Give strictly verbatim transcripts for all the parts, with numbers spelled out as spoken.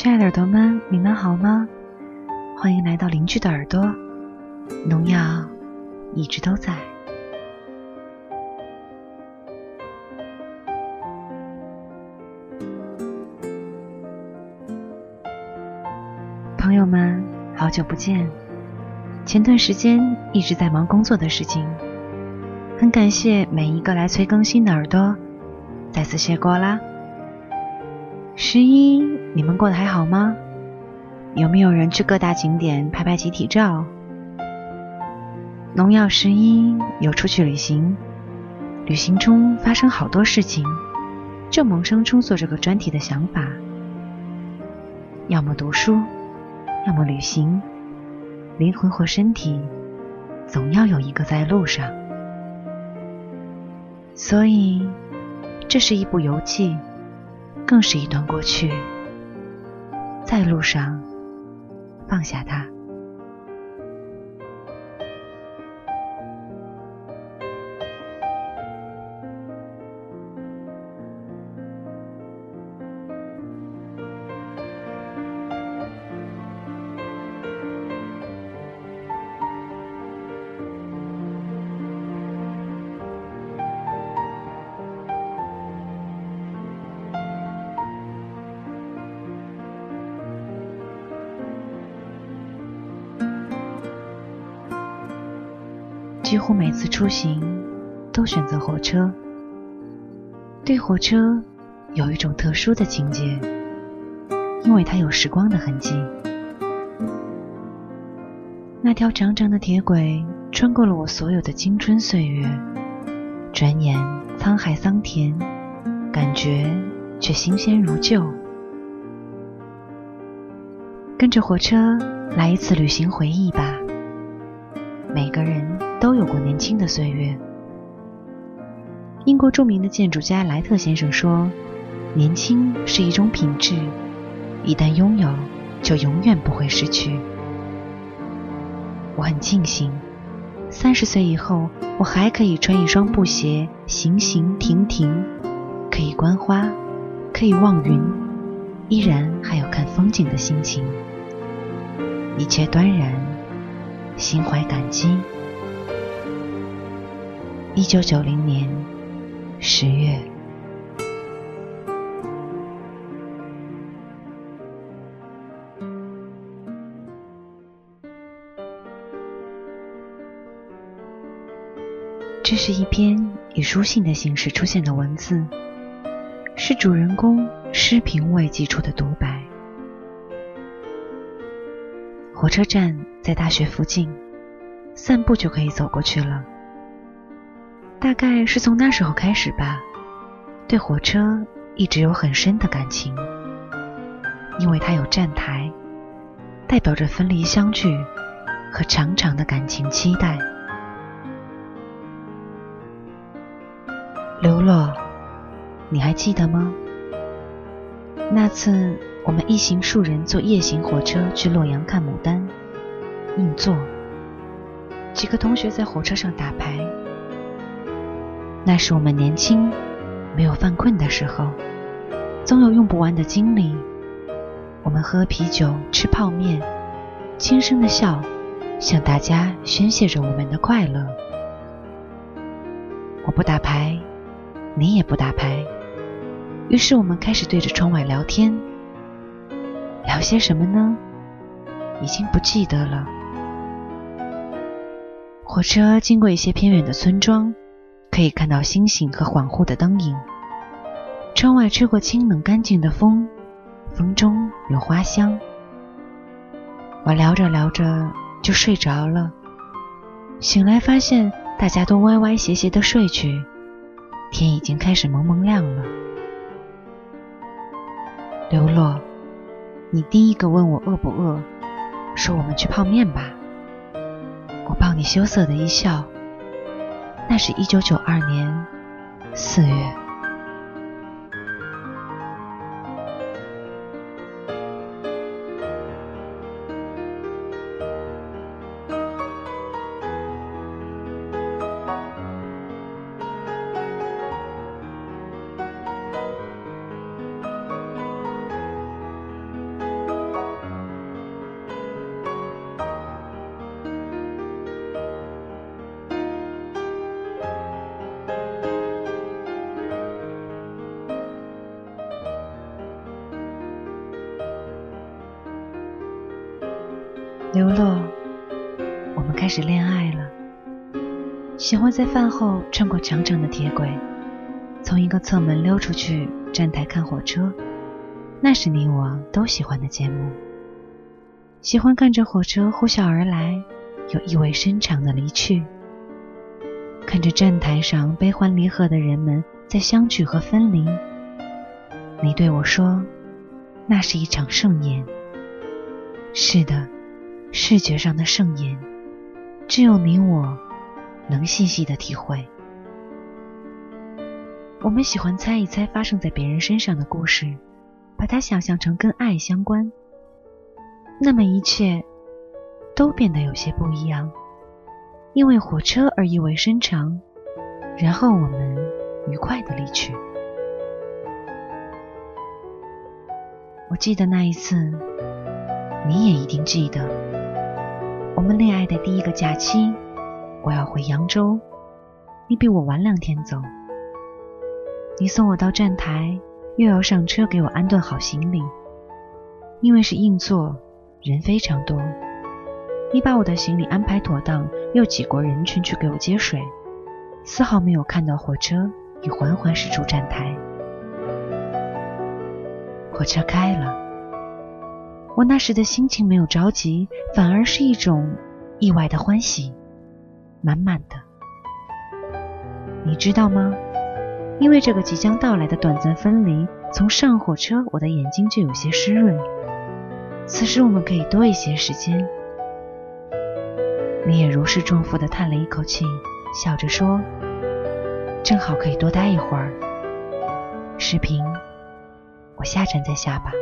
亲爱的耳朵们，你们好吗？欢迎来到邻居的耳朵，农药一直都在。朋友们，好久不见。前段时间一直在忙工作的事情，很感谢每一个来催更新的耳朵，再次谢过啦。十一，你们过得还好吗？有没有人去各大景点拍拍集体照？农药十一有出去旅行，旅行中发生好多事情，就萌生出做这个专题的想法。要么读书，要么旅行，灵魂或身体总要有一个在路上。所以这是一部游记，更是一段过去，在路上放下它。几乎每次出行都选择火车，对火车有一种特殊的情结，因为它有时光的痕迹。那条长长的铁轨穿过了我所有的青春岁月，转眼沧海桑田，感觉却新鲜如旧。跟着火车来一次旅行回忆吧，每个人都有过年轻的岁月。英国著名的建筑家莱特先生说，年轻是一种品质，一旦拥有就永远不会失去。我很庆幸三十岁以后我还可以穿一双布鞋行行停停，可以观花，可以望云，依然还有看风景的心情，一切端然，心怀感激。一九九零年十月。这是一篇以书信的形式出现的文字，是主人公诗评未寄出的独白。火车站在大学附近，散步就可以走过去了。大概是从那时候开始吧，对火车一直有很深的感情，因为它有站台，代表着分离相聚和长长的感情期待。刘洛，你还记得吗？那次我们一行数人坐夜行火车去洛阳看牡丹，硬座，几个同学在火车上打牌。那是我们年轻没有犯困的时候，总有用不完的精力。我们喝啤酒吃泡面，轻声的笑，向大家宣泄着我们的快乐。我不打牌，你也不打牌，于是我们开始对着窗外聊天。聊些什么呢？已经不记得了。火车经过一些偏远的村庄，可以看到星星和恍惚的灯影。窗外吹过清冷干净的风，风中有花香。我聊着聊着就睡着了，醒来发现大家都歪歪斜斜地睡去，天已经开始蒙蒙亮了。刘洛，你第一个问我饿不饿，说我们去泡面吧。我抱你羞涩的一笑，那是一九九二年四月。 流落，我们开始恋爱了。喜欢在饭后穿过长长的铁轨，从一个侧门溜出去站台看火车，那是你我都喜欢的节目。喜欢看着火车呼啸而来，又意味深长的离去，看着站台上悲欢离合的人们在相聚和分离。你对我说，那是一场盛宴。是的，视觉上的盛宴，只有你我能细细的体会。我们喜欢猜一猜发生在别人身上的故事，把它想象成跟爱相关，那么一切都变得有些不一样，因为火车而意味深长，然后我们愉快地离去。我记得那一次，你也一定记得，我们恋爱的第一个假期，我要回扬州，你比我晚两天走。你送我到站台，又要上车给我安顿好行李，因为是硬座，人非常多。你把我的行李安排妥当，又挤过人群去给我接水，丝毫没有看到火车已缓缓驶出站台。火车开了，我那时的心情没有着急，反而是一种意外的欢喜，满满的。你知道吗？因为这个即将到来的短暂分离，从上火车我的眼睛就有些湿润。此时我们可以多一些时间。你也如释重负地叹了一口气，笑着说，正好可以多待一会儿。视频我下站再下吧。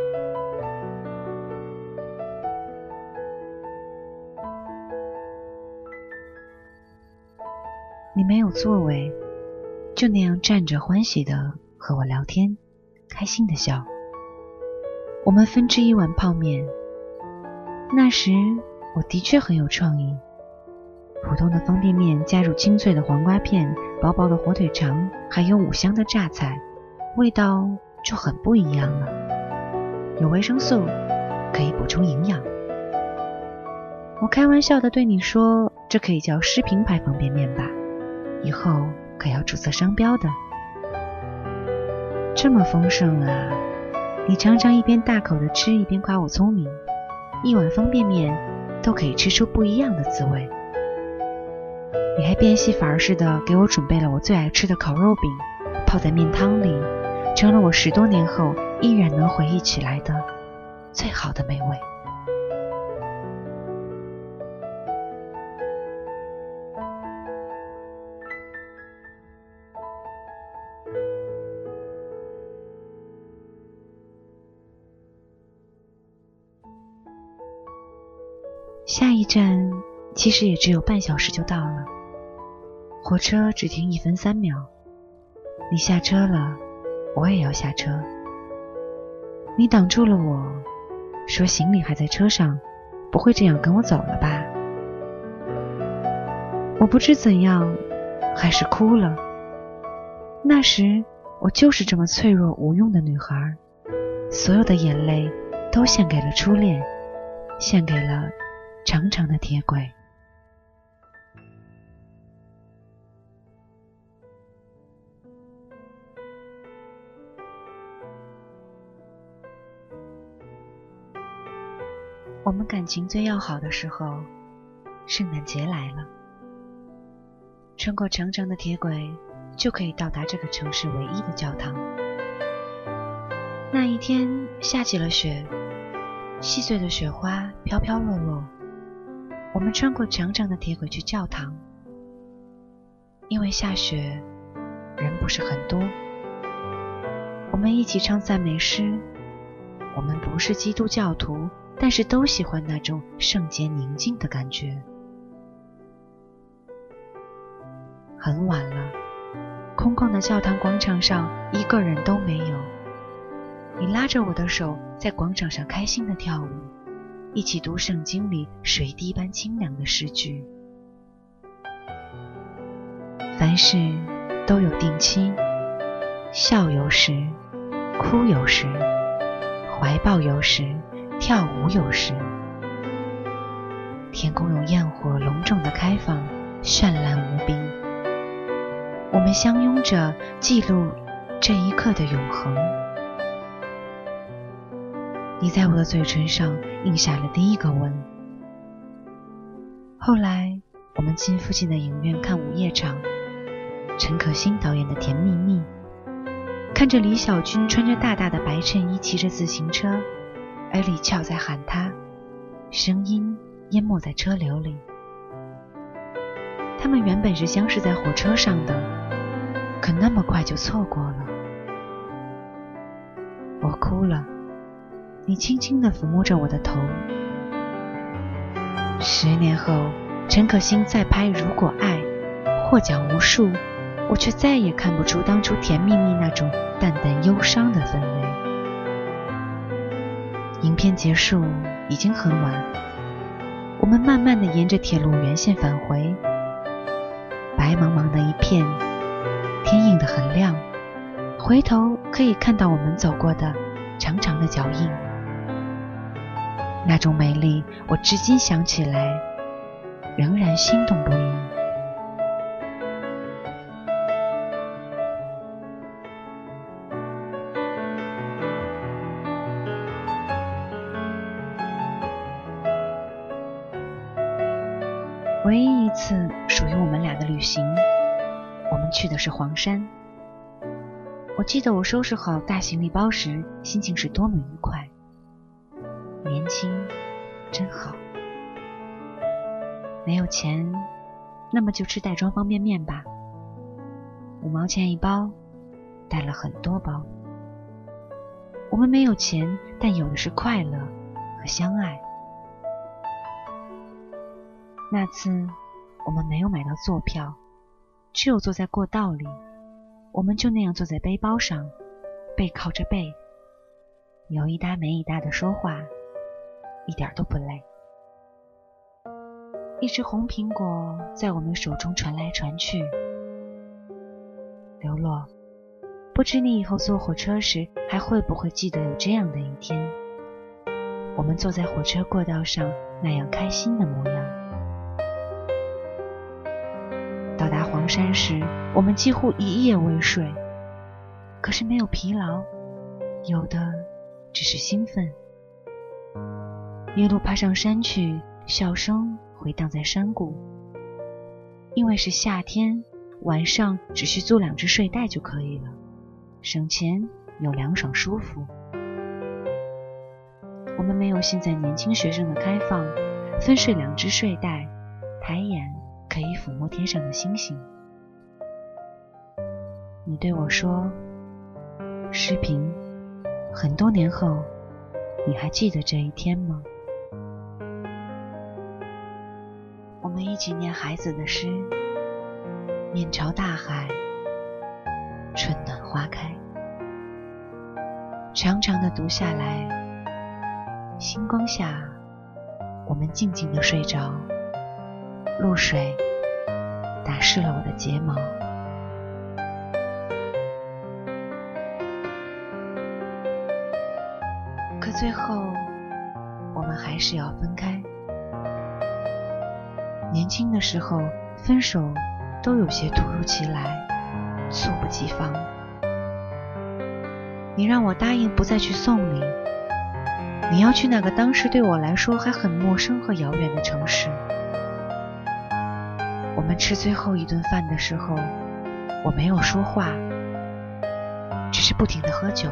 你没有座位，就那样站着欢喜地和我聊天，开心地笑。我们分吃一碗泡面，那时我的确很有创意。普通的方便面加入精粹的黄瓜片、薄薄的火腿肠，还有五香的榨菜，味道就很不一样了。有维生素，可以补充营养。我开玩笑地对你说，这可以叫湿平牌方便面吧，以后可要注册商标的。这么丰盛啊！你常常一边大口地吃，一边夸我聪明。一碗方便面都可以吃出不一样的滋味。你还变戏法似的给我准备了我最爱吃的烤肉饼，泡在面汤里，成了我十多年后依然能回忆起来的最好的美味。下一站其实也只有半小时就到了，火车只停一分三秒。你下车了，我也要下车。你挡住了我，说行李还在车上，不会这样跟我走了吧？我不知怎样，还是哭了。那时我就是这么脆弱无用的女孩，所有的眼泪都献给了初恋，献给了长长的铁轨。我们感情最要好的时候，圣诞节来了。穿过长长的铁轨，就可以到达这个城市唯一的教堂。那一天下起了雪，细碎的雪花飘飘落落。我们穿过长长的铁轨去教堂。因为下雪，人不是很多。我们一起唱赞美诗。我们不是基督教徒，但是都喜欢那种圣洁宁静的感觉。很晚了，空旷的教堂广场上一个人都没有。你拉着我的手，在广场上开心地跳舞，一起读圣经里水滴般清凉的诗句。凡事都有定期，笑有时，哭有时，怀抱有时，跳舞有时。 天空有焰火隆重的开放，绚烂无比。我们相拥着记录这一刻的永恒。你在我的嘴唇上印下了第一个吻。后来我们进附近的影院看午夜场，陈可辛导演的《甜蜜蜜》，看着李小军穿着大大的白衬衣骑着自行车，而李翘在喊他，声音淹没在车流里。他们原本是相识在火车上的，可那么快就错过了。我哭了，你轻轻地抚摸着我的头。十年后，陈可辛再拍《如果爱》，获奖无数，我却再也看不出当初《甜蜜蜜》那种淡淡忧伤的氛围。影片结束已经很晚，我们慢慢地沿着铁路沿线返回。白茫茫的一片，天映得很亮，回头可以看到我们走过的长长的脚印。那种美丽，我至今想起来仍然心动不已。唯一一次属于我们俩的旅行，我们去的是黄山。我记得我收拾好大行李包时，心情是多么愉快。年轻真好。没有钱，那么就吃袋装方便面吧。五毛钱一包，带了很多包。我们没有钱，但有的是快乐和相爱。那次我们没有买到坐票，只有坐在过道里，我们就那样坐在背包上，背靠着背，有一搭没一搭的说话，一点都不累。一只红苹果在我们手中传来传去。刘洛，不知你以后坐火车时还会不会记得有这样的一天，我们坐在火车过道上那样开心的模样。到达黄山时，我们几乎一夜未睡，可是没有疲劳，有的只是兴奋。一路爬上山去，笑声回荡在山谷。因为是夏天，晚上只需租两只睡袋就可以了，省钱又凉爽舒服。我们没有现在年轻学生的开放，分睡两只睡袋，抬眼可以抚摸天上的星星。你对我说，诗萍，很多年后，你还记得这一天吗？我们一起念孩子的诗，面朝大海，春暖花开。长长的读下来，星光下，我们静静地睡着。露水打湿了我的睫毛。可最后，我们还是要分开。年轻的时候，分手都有些突如其来，猝不及防。你让我答应不再去送你，你要去那个当时对我来说还很陌生和遥远的城市。我们吃最后一顿饭的时候，我没有说话，只是不停地喝酒。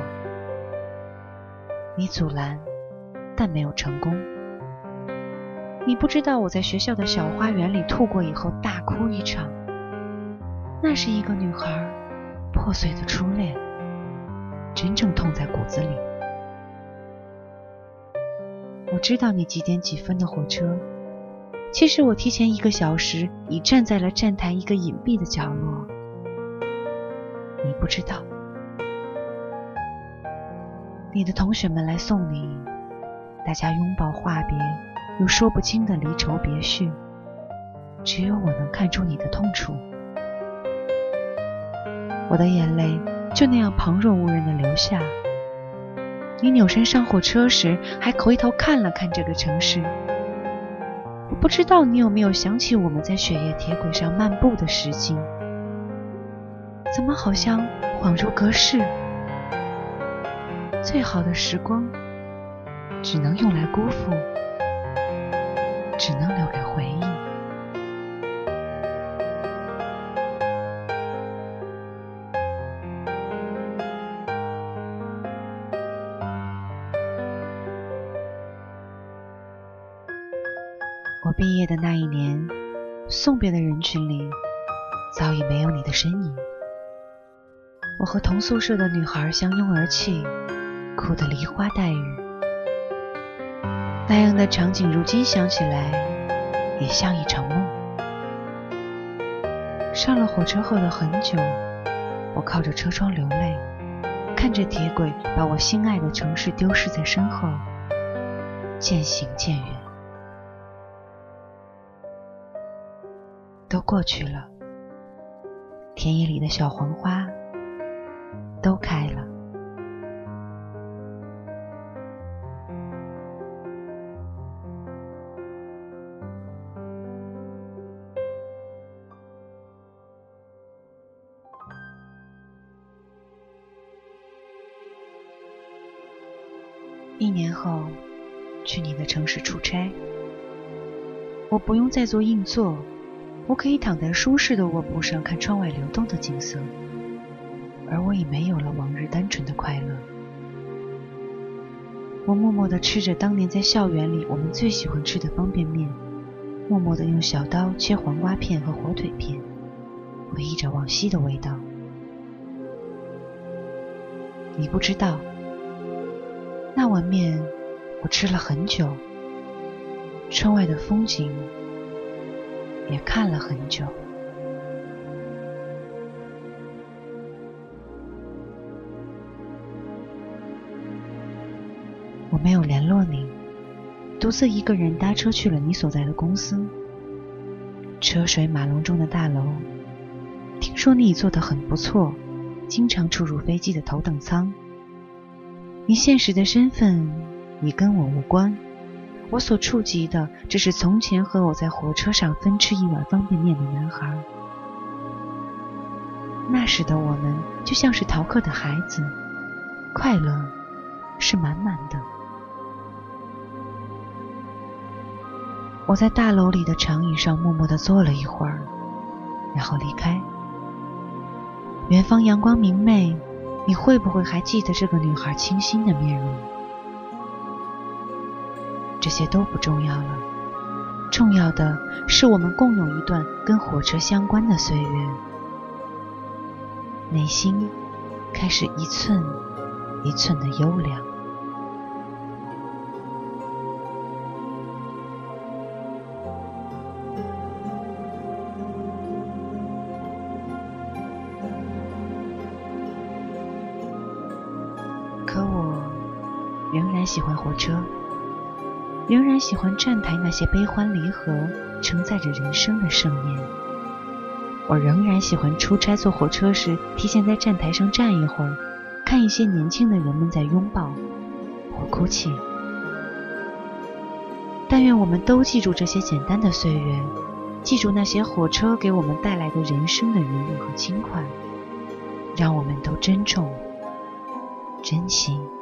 你阻拦，但没有成功。你不知道我在学校的小花园里吐过以后大哭一场，那是一个女孩破碎的初恋，真正痛在骨子里。我知道你几点几分的火车，其实我提前一个小时已站在了站台一个隐蔽的角落。你不知道，你的同学们来送你，大家拥抱话别，有说不清的离愁别绪，只有我能看出你的痛楚。我的眼泪就那样旁若无人地流下。你扭身上火车时，还回头看了看这个城市。 不知道你有没有想起我们在雪夜铁轨上漫步的时景？怎么好像恍如隔世？最好的时光，只能用来辜负，只能留给回忆。我毕业的那一年，送别的人群里早已没有你的身影。我和同宿舍的女孩相拥而泣，哭得梨花带雨。那样的场景如今想起来也像一场梦。上了火车后的很久，我靠着车窗流泪，看着铁轨把我心爱的城市丢失在身后，渐行渐远。都过去了，田野里的小黄花都开了。一年后，去你的城市出差，我不用再做硬座，我可以躺在舒适的卧铺上看窗外流动的景色，而我已没有了往日单纯的快乐。我默默地吃着当年在校园里我们最喜欢吃的方便面，默默地用小刀切黄瓜片和火腿片，回忆着往昔的味道。你不知道，那碗面我吃了很久，窗外的风景也看了很久。我没有联络你，独自一个人搭车去了你所在的公司。车水马龙中的大楼，听说你已做得很不错，经常出入飞机的头等舱。你现实的身份已跟我无关，我所触及的只是从前和我在火车上分吃一碗方便面的男孩。那时的我们就像是逃课的孩子，快乐是满满的。我在大楼里的长椅上默默地坐了一会儿，然后离开。远方阳光明媚，你会不会还记得这个女孩清新的面容？这些都不重要了，重要的是我们共有一段跟火车相关的岁月。内心开始一寸一寸的优良。可我仍然喜欢火车，仍然喜欢站台那些悲欢离合承载着人生的盛宴。我仍然喜欢出差坐火车时提前在站台上站一会儿，看一些年轻的人们在拥抱或哭泣。但愿我们都记住这些简单的岁月，记住那些火车给我们带来的人生的愉悦和轻快，让我们都珍重珍惜。